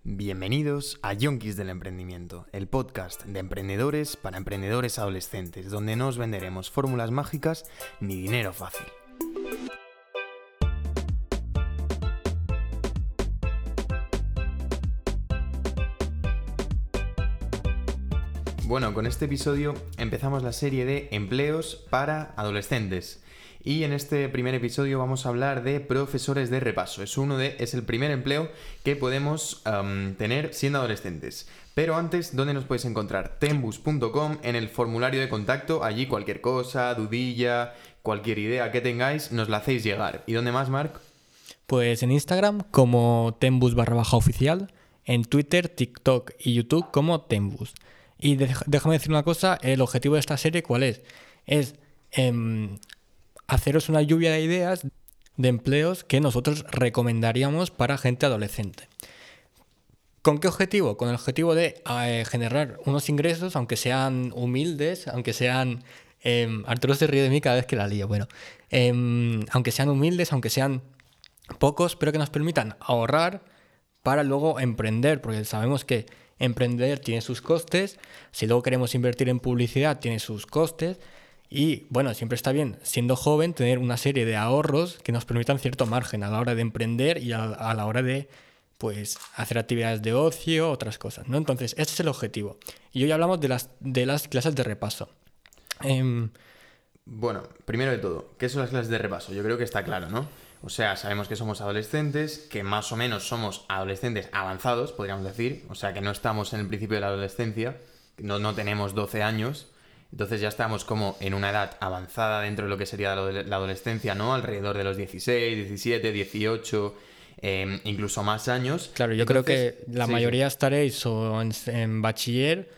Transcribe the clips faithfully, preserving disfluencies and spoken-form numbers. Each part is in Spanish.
Bienvenidos a Yonkis del Emprendimiento, el podcast de emprendedores para emprendedores adolescentes, donde no os venderemos fórmulas mágicas ni dinero fácil. Bueno, con este episodio empezamos la serie de empleos para adolescentes. Y en este primer episodio vamos a hablar de profesores de repaso. Es, uno de, es el primer empleo que podemos um, tener siendo adolescentes. Pero antes, ¿dónde nos podéis encontrar? tembus punto com, en el formulario de contacto. Allí cualquier cosa, dudilla, cualquier idea que tengáis, nos la hacéis llegar. ¿Y dónde más, Marc? Pues en Instagram como tembus barra baja oficial. En Twitter, TikTok y YouTube como tembus. Y de, déjame decir una cosa, el objetivo de esta serie, ¿cuál es? Es... Eh, haceros una lluvia de ideas de empleos que nosotros recomendaríamos para gente adolescente. ¿Con qué objetivo? Con el objetivo de eh, generar unos ingresos, aunque sean humildes, aunque sean... Eh, Arturo se ríe de mí cada vez que la lío. Bueno, eh, aunque sean humildes, aunque sean pocos, pero que nos permitan ahorrar para luego emprender, porque sabemos que emprender tiene sus costes. Si luego queremos invertir en publicidad, tiene sus costes. Y bueno, siempre está bien, siendo joven, tener una serie de ahorros que nos permitan cierto margen a la hora de emprender y a, a la hora de pues, hacer actividades de ocio, otras cosas, ¿no? Entonces, este es el objetivo. Y hoy hablamos de las, de las clases de repaso. Eh... Bueno, primero de todo, ¿qué son las clases de repaso? Yo creo que está claro, ¿no? O sea, sabemos que somos adolescentes, que más o menos somos adolescentes avanzados, podríamos decir. O sea, que no estamos en el principio de la adolescencia, no, no tenemos doce años. Entonces ya estamos como en una edad avanzada dentro de lo que sería la adolescencia, ¿no? Alrededor de los dieciséis, diecisiete, dieciocho, eh, incluso más años. Claro, yo Entonces, creo que la sí, mayoría sí. estaréis o en, en bachiller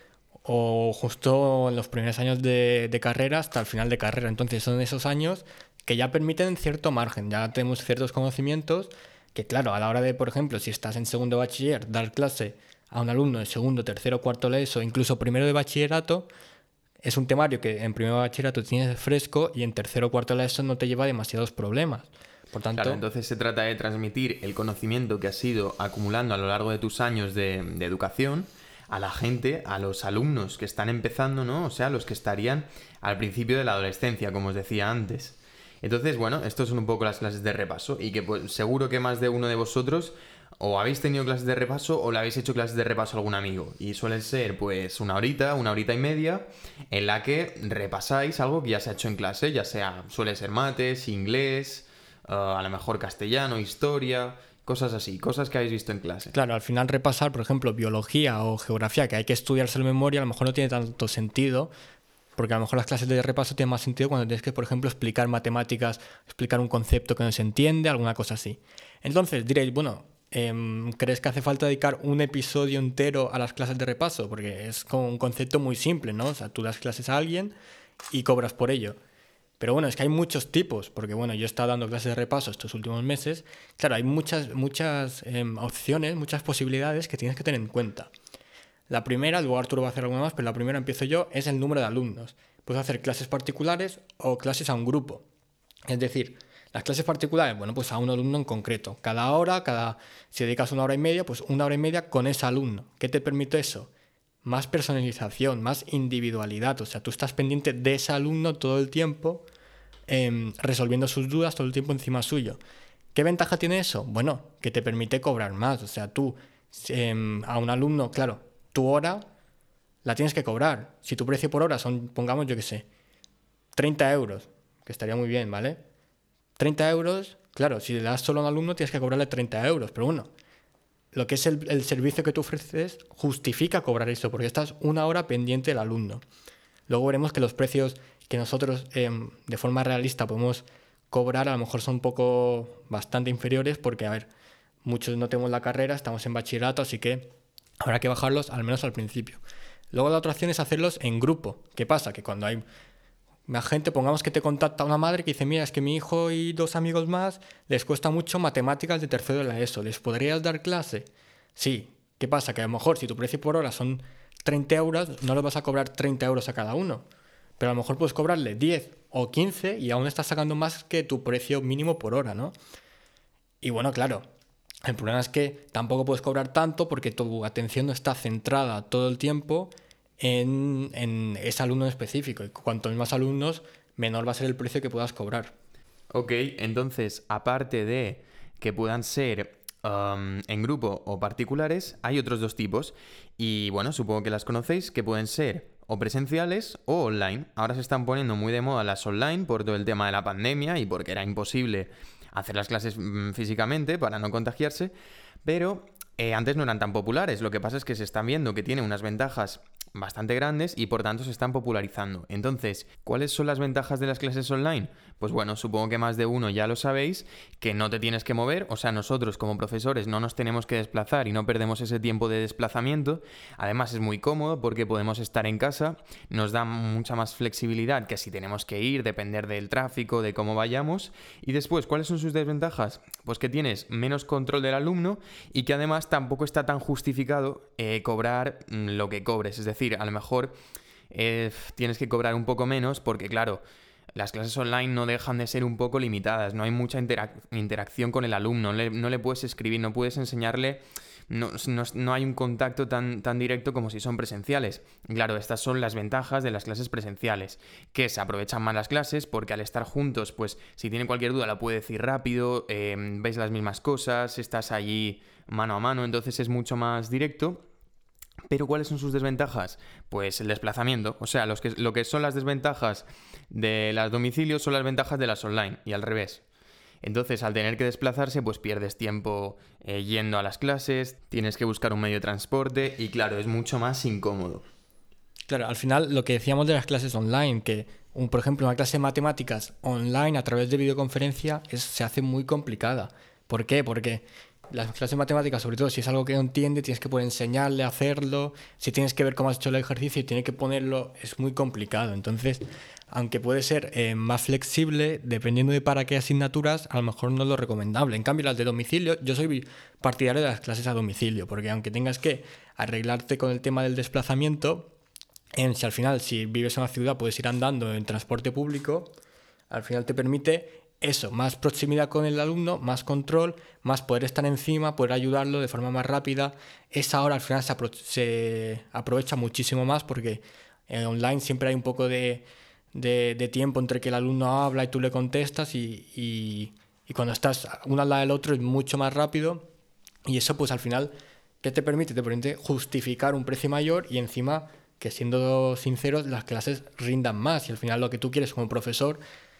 o justo en los primeros años de, de carrera hasta el final de carrera. Entonces son esos años que ya permiten cierto margen, ya tenemos ciertos conocimientos que, claro, a la hora de, por ejemplo, si estás en segundo de bachiller, dar clase a un alumno de segundo, tercero, cuarto de ESO, incluso primero de bachillerato, es un temario que en primero de bachillerato tienes fresco y en tercero o cuarto de la ESO no te lleva demasiados problemas. Por tanto, claro, entonces se trata de transmitir el conocimiento que has ido acumulando a lo largo de tus años de, de educación a la gente, a los alumnos que están empezando, ¿no? O sea, los que estarían al principio de la adolescencia, como os decía antes. Entonces, bueno, estos son un poco las clases de repaso y que pues, seguro que más de uno de vosotros o habéis tenido clases de repaso o le habéis hecho clases de repaso a algún amigo. Y suelen ser pues una horita, una horita y media en la que repasáis algo que ya se ha hecho en clase, ya sea, suele ser mates, inglés, uh, a lo mejor castellano, historia, cosas así, cosas que habéis visto en clase. Claro, al final repasar, por ejemplo, biología o geografía, que hay que estudiarse de memoria, a lo mejor no tiene tanto sentido, porque a lo mejor las clases de repaso tienen más sentido cuando tienes que, por ejemplo, explicar matemáticas, explicar un concepto que no se entiende, alguna cosa así. Entonces diréis, bueno, ¿crees que hace falta dedicar un episodio entero a las clases de repaso? Porque es como un concepto muy simple, ¿no? O sea, tú das clases a alguien y cobras por ello. Pero bueno, es que hay muchos tipos, porque bueno, yo he estado dando clases de repaso estos últimos meses. Claro, hay muchas, muchas eh, opciones, muchas posibilidades que tienes que tener en cuenta. La primera, luego Arturo va a hacer alguna más, pero la primera empiezo yo, es el número de alumnos. Puedes hacer clases particulares o clases a un grupo. Es decir, las clases particulares, bueno, pues a un alumno en concreto. Cada hora, cada si dedicas una hora y media, pues una hora y media con ese alumno. ¿Qué te permite eso? Más personalización, más individualidad. O sea, tú estás pendiente de ese alumno todo el tiempo, eh, resolviendo sus dudas todo el tiempo encima suyo. ¿Qué ventaja tiene eso? Bueno, que te permite cobrar más. O sea, tú eh, a un alumno, claro, tu hora la tienes que cobrar. Si tu precio por hora son, pongamos, yo qué sé, treinta euros, que estaría muy bien, ¿vale? treinta euros, claro, si le das solo a un alumno tienes que cobrarle treinta euros, pero bueno, lo que es el, el servicio que tú ofreces justifica cobrar eso, porque estás una hora pendiente del alumno. Luego veremos que los precios que nosotros eh, de forma realista podemos cobrar a lo mejor son un poco bastante inferiores, porque a ver, muchos no tenemos la carrera, estamos en bachillerato, así que habrá que bajarlos al menos al principio. Luego la otra opción es hacerlos en grupo. ¿Qué pasa? Que cuando hay más gente, pongamos que te contacta una madre que dice, mira, es que mi hijo y dos amigos más les cuesta mucho matemáticas de tercero de la ESO, ¿les podrías dar clase? Sí. ¿Qué pasa? Que a lo mejor si tu precio por hora son treinta euros, no les vas a cobrar treinta euros a cada uno, pero a lo mejor puedes cobrarle diez o quince y aún estás sacando más que tu precio mínimo por hora, ¿no? Y bueno, claro, El problema es que tampoco puedes cobrar tanto porque tu atención no está centrada todo el tiempo en, en ese alumno en específico. Y cuantos más alumnos, menor va a ser el precio que puedas cobrar. Ok, entonces, aparte de que puedan ser um, en grupo o particulares, hay otros dos tipos. Y bueno, supongo que las conocéis, que pueden ser o presenciales o online. Ahora se están poniendo muy de moda las online por todo el tema de la pandemia y porque era imposible hacer las clases mmm, físicamente para no contagiarse, pero eh, antes no eran tan populares. Lo que pasa es que se están viendo que tienen unas ventajas bastante grandes y por tanto se están popularizando. Entonces, ¿cuáles son las ventajas de las clases online? Pues bueno, supongo que más de uno ya lo sabéis, que no te tienes que mover, o sea, nosotros como profesores no nos tenemos que desplazar y no perdemos ese tiempo de desplazamiento. Además es muy cómodo porque podemos estar en casa, nos da mucha más flexibilidad que si tenemos que ir, depender del tráfico, de cómo vayamos. Y después, ¿cuáles son sus desventajas? Pues que tienes menos control del alumno y que además tampoco está tan justificado eh, cobrar mm, lo que cobres, es decir, a lo mejor eh, tienes que cobrar un poco menos porque, claro, las clases online no dejan de ser un poco limitadas, no hay mucha interac- interacción con el alumno, no le, no le puedes escribir, no puedes enseñarle, no, no, no hay un contacto tan, tan directo como si son presenciales. Claro, estas son las ventajas de las clases presenciales, que se aprovechan más las clases porque al estar juntos, pues si tiene cualquier duda la puede decir rápido, eh, veis las mismas cosas, estás allí mano a mano, entonces es mucho más directo. Pero ¿cuáles son sus desventajas? Pues el desplazamiento. O sea, los que, lo que son las desventajas de las domicilios son las ventajas de las online y al revés. Entonces, al tener que desplazarse, pues pierdes tiempo eh, yendo a las clases, tienes que buscar un medio de transporte y claro, es mucho más incómodo. Claro, al final lo que decíamos de las clases online, que un, por ejemplo una clase de matemáticas online a través de videoconferencia es, se hace muy complicada. ¿Por qué? Porque las clases de matemáticas, sobre todo si es algo que no entiende, tienes que poder enseñarle a hacerlo, si tienes que ver cómo has hecho el ejercicio y tienes que ponerlo, es muy complicado. Entonces, aunque puede ser eh, más flexible, dependiendo de para qué asignaturas, a lo mejor no es lo recomendable. En cambio, las de domicilio, yo soy partidario de las clases a domicilio, porque aunque tengas que arreglarte con el tema del desplazamiento, en, si al final, si vives en una ciudad, puedes ir andando en transporte público, al final te permite eso, más proximidad con el alumno, más control, más poder estar encima, poder ayudarlo de forma más rápida. Esa hora al final se, apro- se aprovecha muchísimo más porque en online siempre hay un poco de, de, de tiempo entre que el alumno habla y tú le contestas y, y, y cuando estás uno al lado del otro es mucho más rápido y eso pues al final, ¿qué te permite? Te permite justificar un precio mayor y encima que siendo sinceros las clases rindan más y al final lo que tú quieres como profesor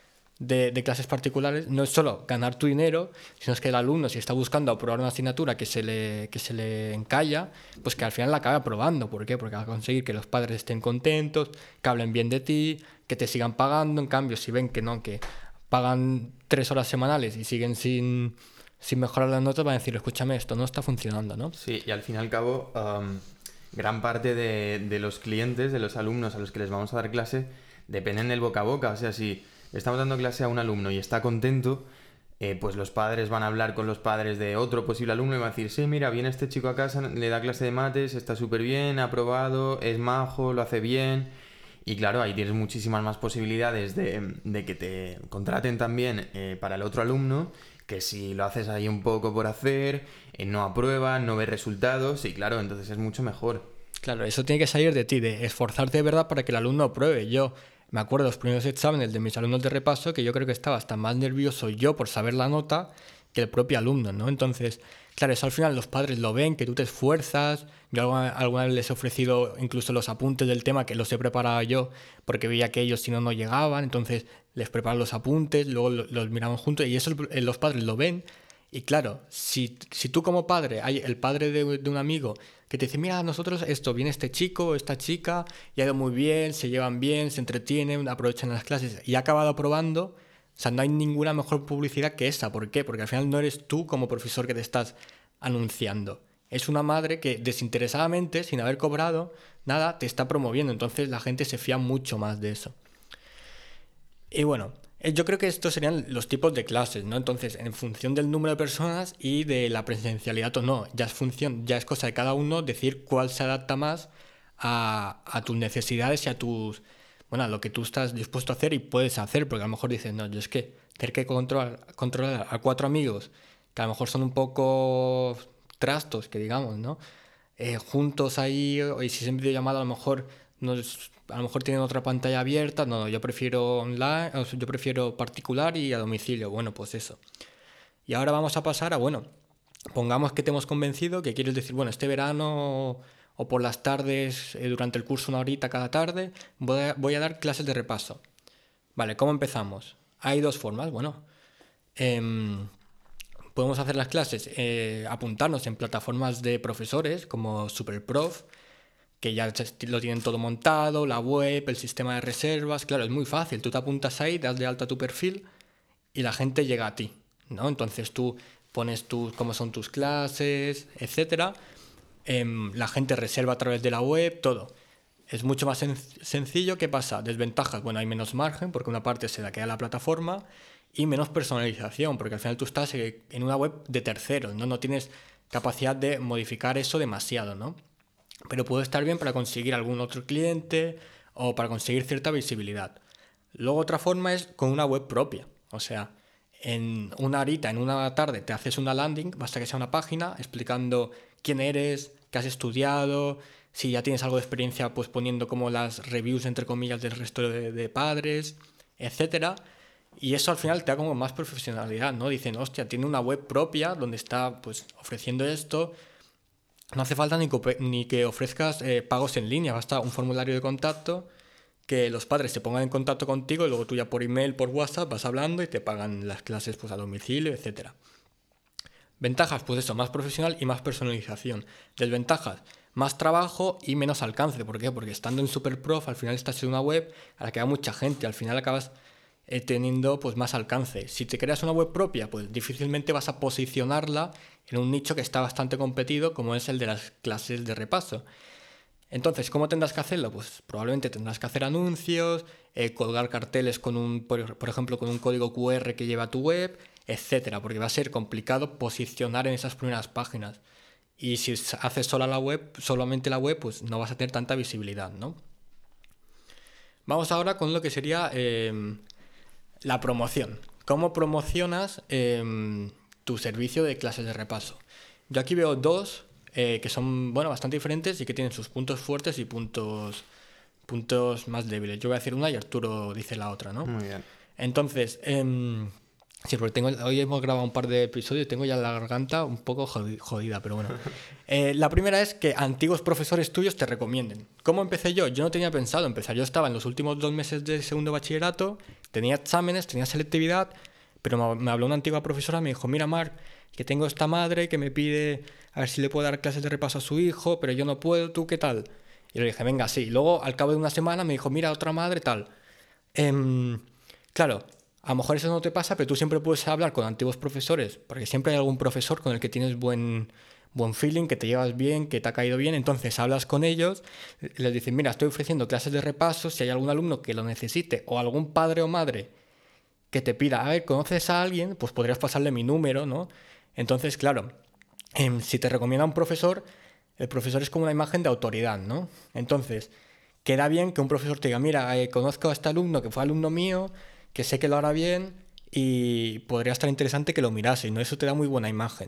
De, de clases particulares no es solo ganar tu dinero, sino es que el alumno, si está buscando aprobar una asignatura que se le, que se le encalla, pues que al final la acabe aprobando. ¿Por qué? Porque va a conseguir que los padres estén contentos, que hablen bien de ti, que te sigan pagando. En cambio, si ven que no, que pagan tres horas semanales y siguen sin, sin mejorar las notas, van a decir, escúchame, esto no está funcionando, ¿no? Sí, y al fin y al cabo, um, gran parte de, de los clientes, de los alumnos a los que les vamos a dar clase, dependen del boca a boca. O sea, si estamos dando clase a un alumno y está contento, eh, pues los padres van a hablar con los padres de otro posible alumno y van a decir, sí, mira, viene este chico a casa, le da clase de mates, está súper bien, ha aprobado, es majo, lo hace bien. Y claro, ahí tienes muchísimas más posibilidades de, de que te contraten también eh, para el otro alumno, que si lo haces ahí un poco por hacer, eh, no aprueban, no ves resultados, y claro, entonces es mucho mejor. Claro, eso tiene que salir de ti, de esforzarte de verdad para que el alumno apruebe. Yo me acuerdo de los primeros exámenes de mis alumnos de repaso que yo creo que estaba hasta más nervioso yo por saber la nota que el propio alumno, ¿no? Entonces, claro, eso al final los padres lo ven, que tú te esfuerzas. Yo alguna, alguna vez les he ofrecido incluso los apuntes del tema que los he preparado yo porque veía que ellos si no, no llegaban. Entonces, les preparo los apuntes, luego lo- los miramos juntos y eso el- los padres lo ven. Y claro, si, si tú como padre, hay el padre de, de un amigo que te dice, mira, nosotros esto, viene este chico, esta chica, y ha ido muy bien, se llevan bien, se entretienen, aprovechan las clases y ha acabado aprobando, o sea, no hay ninguna mejor publicidad que esa. ¿Por qué? Porque al final no eres tú como profesor que te estás anunciando. Es una madre que desinteresadamente, sin haber cobrado nada, te está promoviendo. Entonces la gente se fía mucho más de eso. Y bueno, eh, yo creo que estos serían los tipos de clases, ¿no? Entonces, en función del número de personas y de la presencialidad o no, ya es función, ya es cosa de cada uno decir cuál se adapta más a, a tus necesidades y a tus, bueno, a lo que tú estás dispuesto a hacer y puedes hacer, porque a lo mejor dices, no, yo es que tener que controlar, controlar a cuatro amigos que a lo mejor son un poco trastos, que digamos, ¿no? Eh, juntos ahí, y si es en videollamada a lo mejor no es- a lo mejor tienen otra pantalla abierta. No, yo prefiero online, o sea, yo prefiero particular y a domicilio. Bueno, pues eso. Y ahora vamos a pasar a, bueno, pongamos que te hemos convencido, que quieres decir, bueno, este verano o por las tardes, eh, durante el curso una horita cada tarde, voy a, voy a dar clases de repaso. Vale, ¿cómo empezamos? Hay dos formas. Bueno, em, podemos hacer las clases, eh, apuntarnos en plataformas de profesores como Superprof, que ya se- lo tienen todo montado, la web, el sistema de reservas. Claro, es muy fácil. Tú te apuntas ahí, das de alta tu perfil y la gente llega a ti, ¿no? Entonces tú pones tus, cómo son tus clases, etcétera. Em, la gente reserva a través de la web, todo. Es mucho más sen- sencillo. ¿Qué pasa? Desventajas. Bueno, hay menos margen porque una parte se la queda la plataforma y menos personalización porque al final tú estás eh, en una web de terceros, ¿no? No tienes capacidad de modificar eso demasiado, ¿no? Pero puede estar bien para conseguir algún otro cliente o para conseguir cierta visibilidad. Luego otra forma es con una web propia. O sea, en una horita, en una tarde, te haces una landing, basta que sea una página explicando quién eres, qué has estudiado, si ya tienes algo de experiencia, pues poniendo como las reviews, entre comillas, del resto de, de padres, etcétera. Y eso al final te da como más profesionalidad, ¿no? Dicen, hostia, tiene una web propia donde está pues ofreciendo esto. No hace falta ni, que- ni que ofrezcas eh, pagos en línea, basta un formulario de contacto, que los padres se pongan en contacto contigo y luego tú ya por email, por WhatsApp vas hablando y te pagan las clases pues a domicilio, etcétera. Ventajas, pues eso, más profesional y más personalización. Desventajas, más trabajo y menos alcance. ¿Por qué? Porque estando en Superprof al final estás en una web a la que va mucha gente, al final acabas eh, teniendo pues más alcance. Si te creas una web propia, pues difícilmente vas a posicionarla en un nicho que está bastante competido, como es el de las clases de repaso. Entonces, ¿cómo tendrás que hacerlo? Pues probablemente tendrás que hacer anuncios, eh, colgar carteles con un, por, por ejemplo, con un código Q R que lleva a tu web, etcétera, porque va a ser complicado posicionar en esas primeras páginas. Y si s- haces sola la web, solamente la web, pues no vas a tener tanta visibilidad, ¿no? Vamos ahora con lo que sería em, la promoción. ¿Cómo promocionas em, tu servicio de clases de repaso? Yo aquí veo dos eh, que son, bueno, bastante diferentes y que tienen sus puntos fuertes y puntos, puntos más débiles. Yo voy a decir una y Arturo dice la otra, ¿no? Muy bien. Entonces, em, sí, porque tengo, hoy hemos grabado un par de episodios y tengo ya la garganta un poco jodi- jodida, pero bueno. Eh, la primera es que antiguos profesores tuyos te recomienden. ¿Cómo empecé yo? Yo no tenía pensado empezar. Yo estaba en los últimos dos meses de segundo bachillerato, tenía exámenes, tenía selectividad, pero me, me habló una antigua profesora, me dijo, mira, Marc, que tengo esta madre que me pide a ver si le puedo dar clases de repaso a su hijo, pero yo no puedo, ¿tú qué tal? Y le dije, venga, sí. Y luego, al cabo de una semana, me dijo, mira, otra madre, tal. Em, claro, a lo mejor eso no te pasa, pero tú siempre puedes hablar con antiguos profesores, porque siempre hay algún profesor con el que tienes buen, buen feeling, que te llevas bien, que te ha caído bien. Entonces hablas con ellos, les dices, mira, estoy ofreciendo clases de repaso, si hay algún alumno que lo necesite o algún padre o madre que te pida, a ver, ¿conoces a alguien? Pues podrías pasarle mi número, ¿no? Entonces, claro, em, si te recomienda un profesor, el profesor es como una imagen de autoridad, ¿no? Entonces, queda bien que un profesor te diga, mira, eh, conozco a este alumno que fue alumno mío, que sé que lo hará bien y podría estar interesante que lo mirase, ¿no? Eso te da muy buena imagen.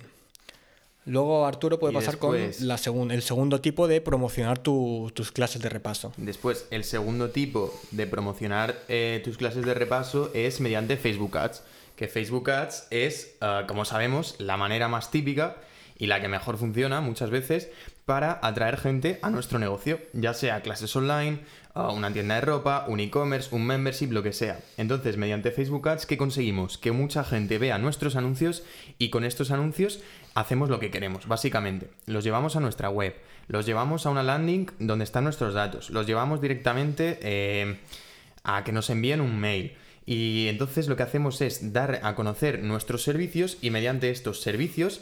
Luego Arturo puede Y pasar con después, la segun- el segundo tipo de promocionar tu- tus clases de repaso. después, el segundo tipo de promocionar eh, tus clases de repaso es mediante Facebook Ads. Que Facebook Ads es, ah, como sabemos, la manera más típica y la que mejor funciona muchas veces para atraer gente a nuestro negocio, ya sea clases online, ah, una tienda de ropa, un e-commerce, un membership, lo que sea. Entonces, mediante Facebook Ads, ¿qué conseguimos? Que mucha gente vea nuestros anuncios y con estos anuncios hacemos lo que queremos, básicamente. Los llevamos a nuestra web, los llevamos a una landing donde están nuestros datos, los llevamos directamente eh, a que nos envíen un mail. Y entonces lo que hacemos es dar a conocer nuestros servicios y mediante estos servicios,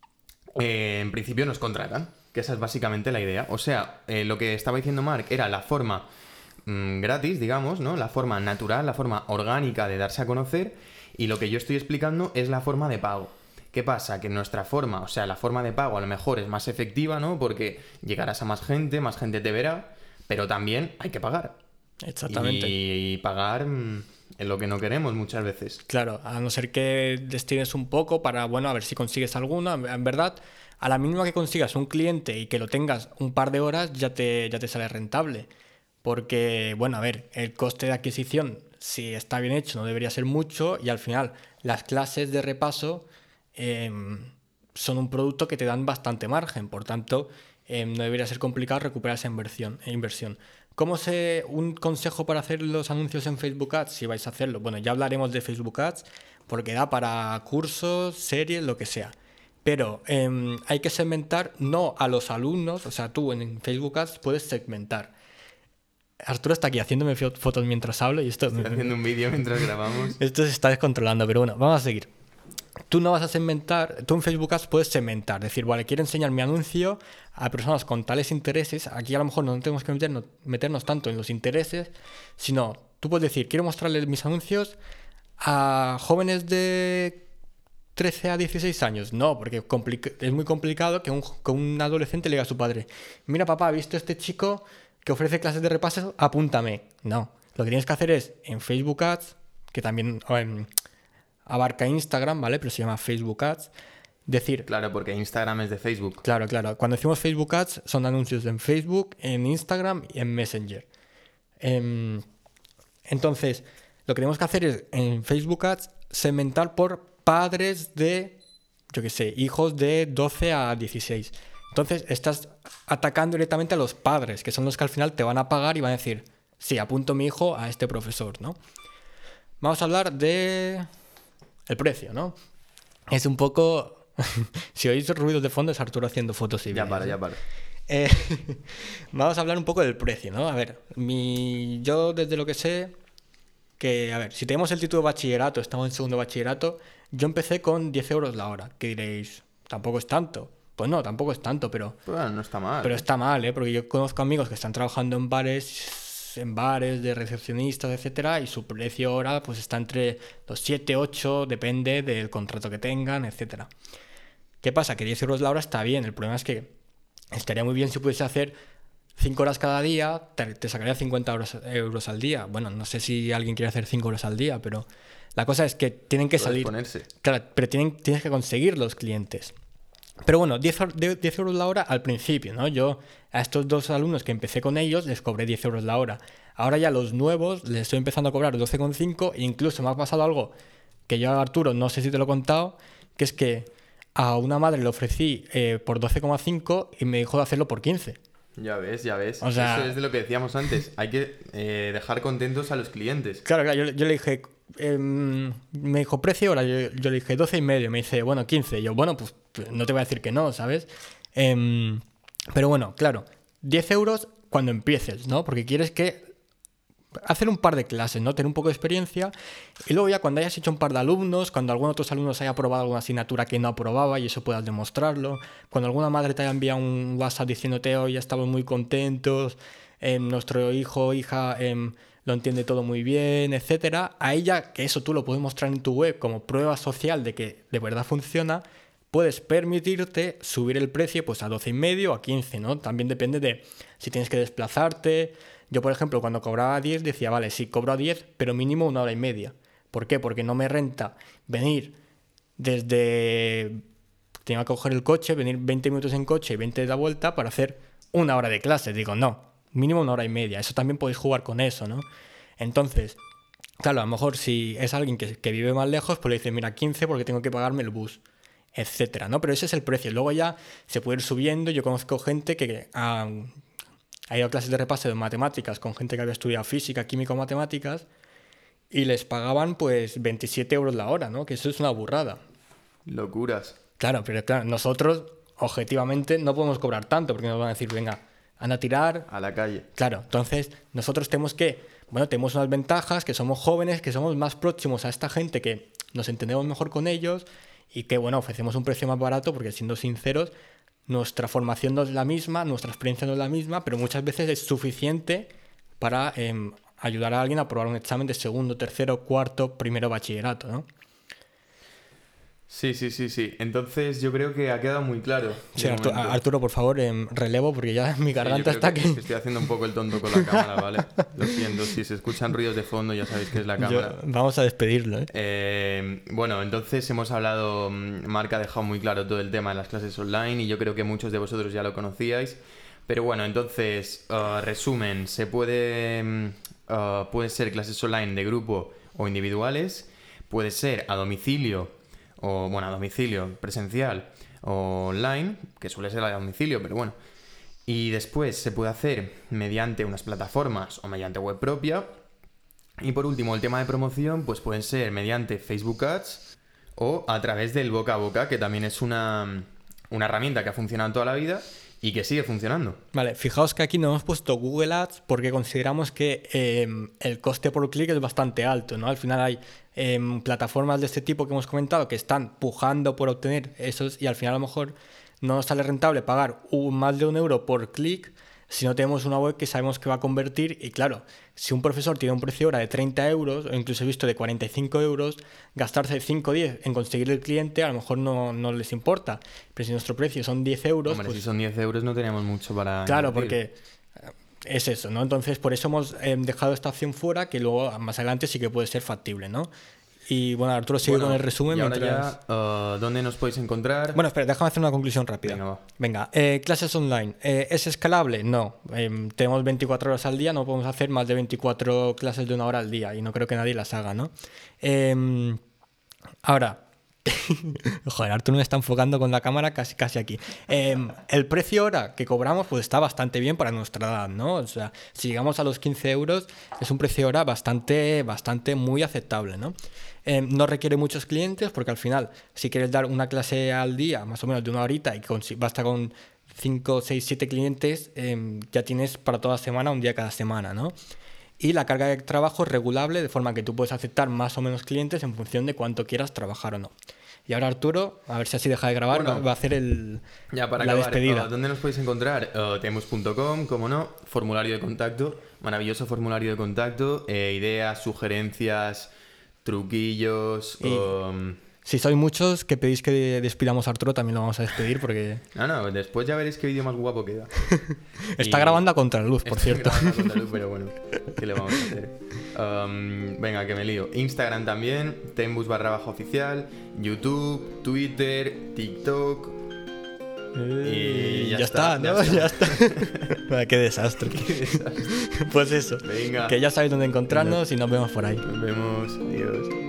eh, en principio nos contratan, que esa es básicamente la idea. O sea, eh, lo que estaba diciendo Mark era la forma mmm, gratis, digamos, ¿no? La forma natural, la forma orgánica de darse a conocer, y lo que yo estoy explicando es la forma de pago. ¿Qué pasa? Que nuestra forma, o sea, la forma de pago a lo mejor es más efectiva, ¿no? Porque llegarás a más gente, más gente te verá, pero también hay que pagar. Exactamente. Y pagar, mm, es lo que no queremos muchas veces. Claro, a no ser que destines un poco para, bueno, a ver si consigues alguna. En verdad, a la mínima que consigas un cliente y que lo tengas un par de horas, ya te, ya te sale rentable. Porque, bueno, a ver, el coste de adquisición, si está bien hecho, no debería ser mucho, y al final las clases de repaso eh, son un producto que te dan bastante margen, por tanto, eh, no debería ser complicado recuperar esa inversión. inversión. ¿Cómo sé un consejo para hacer los anuncios en Facebook Ads si vais a hacerlo? Bueno, ya hablaremos de Facebook Ads porque da para cursos, series, lo que sea. Pero eh, hay que segmentar no a los alumnos, o sea, tú en Facebook Ads puedes segmentar. Arturo está aquí haciéndome fotos mientras hablo y esto... Estoy haciendo un vídeo mientras grabamos. Esto se está descontrolando, pero bueno, vamos a seguir. Tú no vas a segmentar, tú en Facebook Ads puedes segmentar, decir, vale, quiero enseñar mi anuncio a personas con tales intereses. Aquí a lo mejor no tenemos que meternos, meternos tanto en los intereses, sino tú puedes decir, quiero mostrarles mis anuncios a jóvenes de trece a dieciséis años. No, porque es muy complicado que un, que un adolescente le diga a su padre, mira papá, ¿has visto este chico que ofrece clases de repaso? Apúntame. No, lo que tienes que hacer es en Facebook Ads, que también... O en, abarca Instagram, ¿vale? Pero se llama Facebook Ads. Decir... Claro, porque Instagram es de Facebook. Claro, claro. Cuando decimos Facebook Ads, son anuncios en Facebook, en Instagram y en Messenger. Eh, entonces, lo que tenemos que hacer es, en Facebook Ads, segmentar por padres de, yo qué sé, hijos de doce a dieciséis. Entonces, estás atacando directamente a los padres, que son los que al final te van a pagar y van a decir, sí, apunto a mi hijo a este profesor, ¿no? Vamos a hablar de... el precio, ¿no? Es un poco... si oís ruidos de fondo es Arturo haciendo fotos y Ya vídeos, para, ¿eh? ya para. Eh, vamos a hablar un poco del precio, ¿no? A ver, mi... yo desde lo que sé, que, a ver, si tenemos el título de bachillerato, estamos en segundo bachillerato, yo empecé con diez euros la hora, que diréis, tampoco es tanto. Pues no, tampoco es tanto, pero... Bueno, no está mal. Pero está mal, ¿eh? Porque yo conozco amigos que están trabajando en bares... en bares de recepcionistas, etcétera, y su precio hora pues está entre los siete, ocho, depende del contrato que tengan, etcétera. ¿Qué pasa? Que diez euros la hora está bien, el problema es que estaría muy bien si pudiese hacer cinco horas cada día, te, te sacaría cincuenta euros al día. Bueno, no sé si alguien quiere hacer cinco horas al día, pero la cosa es que tienen que Puedes salir... ponerse. Claro, pero tienen, tienes que conseguir los clientes. Pero bueno, diez euros la hora al principio, ¿no? Yo a estos dos alumnos que empecé con ellos les cobré diez euros la hora. Ahora ya a los nuevos les estoy empezando a cobrar doce coma cinco e incluso me ha pasado algo que yo a Arturo, no sé si te lo he contado, que es que a una madre le ofrecí eh, por doce coma cinco y me dijo de hacerlo por quince. Ya ves, ya ves. O sea... Eso es de lo que decíamos antes. Hay que eh, dejar contentos a los clientes. Claro, claro. Yo, yo le dije... Eh, me dijo precio hora. Yo, yo le dije doce y medio. Me dice, bueno, quince. Y yo, bueno, pues no te voy a decir que no, ¿sabes? Eh, pero bueno, claro. diez euros cuando empieces, ¿no? Porque quieres que... hacer un par de clases, ¿no? Tener un poco de experiencia y luego ya cuando hayas hecho un par de alumnos, cuando alguno de tus alumnos haya aprobado alguna asignatura que no aprobaba y eso puedas demostrarlo, cuando alguna madre te haya enviado un WhatsApp diciéndote hoy ya estamos muy contentos, eh, nuestro hijo o hija eh, lo entiende todo muy bien, etcétera, ahí ya que eso tú lo puedes mostrar en tu web como prueba social de que de verdad funciona, puedes permitirte subir el precio pues a doce y medio o a quince, ¿no? También depende de si tienes que desplazarte. Yo, por ejemplo, cuando cobraba diez, decía, vale, sí, cobro a diez, pero mínimo una hora y media. ¿Por qué? Porque no me renta venir desde... tenía que coger el coche, venir veinte minutos en coche y veinte de la vuelta para hacer una hora de clase. Digo, no, mínimo una hora y media. Eso también podéis jugar con eso, ¿no? Entonces, claro, a lo mejor si es alguien que, que vive más lejos, pues le dice, mira, quince porque tengo que pagarme el bus, etcétera, ¿no? Pero ese es el precio. Luego ya se puede ir subiendo. Yo conozco gente que... Ah, ha ido a clases de repaso de matemáticas con gente que había estudiado física, química o matemáticas y les pagaban pues veintisiete euros la hora, ¿no? Que eso es una burrada. Locuras. Claro, pero claro, nosotros objetivamente no podemos cobrar tanto porque nos van a decir, venga, anda a tirar. A la calle. Claro, entonces nosotros tenemos que, bueno, tenemos unas ventajas, que somos jóvenes, que somos más próximos a esta gente, que nos entendemos mejor con ellos y que, bueno, ofrecemos un precio más barato porque, siendo sinceros, nuestra formación no es la misma, nuestra experiencia no es la misma, pero muchas veces es suficiente para eh, ayudar a alguien a aprobar un examen de segundo, tercero, cuarto, primero bachillerato, ¿no? Sí, sí, sí, sí. Entonces yo creo que ha quedado muy claro. Sí, Arturo, Arturo, por favor, eh, relevo porque ya mi garganta sí, está que... que... que estoy haciendo un poco el tonto con la cámara, ¿vale? Lo siento, si se escuchan ruidos de fondo ya sabéis que es la cámara. Yo... Vamos a despedirlo, ¿eh? ¿eh? Bueno, entonces hemos hablado, Marc ha dejado muy claro todo el tema de las clases online y yo creo que muchos de vosotros ya lo conocíais. Pero bueno, entonces, uh, resumen, se puede, uh, puede ser clases online de grupo o individuales, puede ser a domicilio, o bueno, a domicilio, presencial o online, que suele ser a domicilio, pero bueno. Y después se puede hacer mediante unas plataformas o mediante web propia. Y por último, el tema de promoción, pues pueden ser mediante Facebook Ads o a través del boca a boca, que también es una, una herramienta que ha funcionado toda la vida y que sigue funcionando. Vale, fijaos que aquí no hemos puesto Google Ads porque consideramos que eh, el coste por clic es bastante alto, ¿no? Al final hay eh, plataformas de este tipo que hemos comentado que están pujando por obtener esos y al final a lo mejor no nos sale rentable pagar un, más de un euro por clic si no tenemos una web que sabemos que va a convertir. Y claro, si un profesor tiene un precio hora de treinta euros o incluso he visto de cuarenta y cinco euros, gastarse cinco o diez en conseguir el cliente a lo mejor no, no les importa. Pero si nuestro precio son diez euros... Hombre, pues, si son diez euros no teníamos mucho para... Claro, invertir. porque es eso, ¿no? Entonces por eso hemos eh, dejado esta opción fuera, que luego más adelante sí que puede ser factible, ¿no? Y bueno, Arturo sigue Bueno, con el resumen. Y ahora mientras... ya, uh, ¿dónde nos podéis encontrar? Bueno, espera, déjame hacer una conclusión rápida. Venga, va. Venga, eh, clases online. Eh, ¿Es escalable? No. Eh, tenemos veinticuatro horas al día, no podemos hacer más de veinticuatro clases de una hora al día y no creo que nadie las haga, ¿no? Eh, ahora... Joder, Arturo me está enfocando con la cámara casi, casi aquí. Eh, el precio hora que cobramos pues está bastante bien para nuestra edad, ¿no? O sea, si llegamos a los quince euros es un precio hora bastante, bastante muy aceptable, ¿no? Eh, no requiere muchos clientes porque al final si quieres dar una clase al día, más o menos de una horita y con, basta con cinco, seis, siete clientes, eh, ya tienes para toda semana, un día cada semana, ¿no? Y la carga de trabajo es regulable, de forma que tú puedes aceptar más o menos clientes en función de cuánto quieras trabajar o no. Y ahora Arturo, a ver si así deja de grabar, Bueno, va, va a hacer el, ya para la acabar, despedida. Uh, ¿dónde nos podéis encontrar? Uh, temus punto com, como no, formulario de contacto, maravilloso formulario de contacto, eh, ideas, sugerencias, truquillos... Y... Um... Si sois muchos que pedís que despidamos a Arturo, también lo vamos a despedir porque... No, no, después ya veréis qué vídeo más guapo queda. Está y... grabando a contraluz, por Está cierto. grabando a contraluz, pero bueno, ¿qué le vamos a hacer? Um, venga, que me lío. Instagram también, Tembus barra baja oficial, YouTube, Twitter, TikTok... Y ya, ya está, está, ¿no? ya está. Ya está. Qué desastre. Qué desastre. Pues eso. Venga. Que ya sabéis dónde encontrarnos y nos vemos por ahí. Nos vemos. Adiós.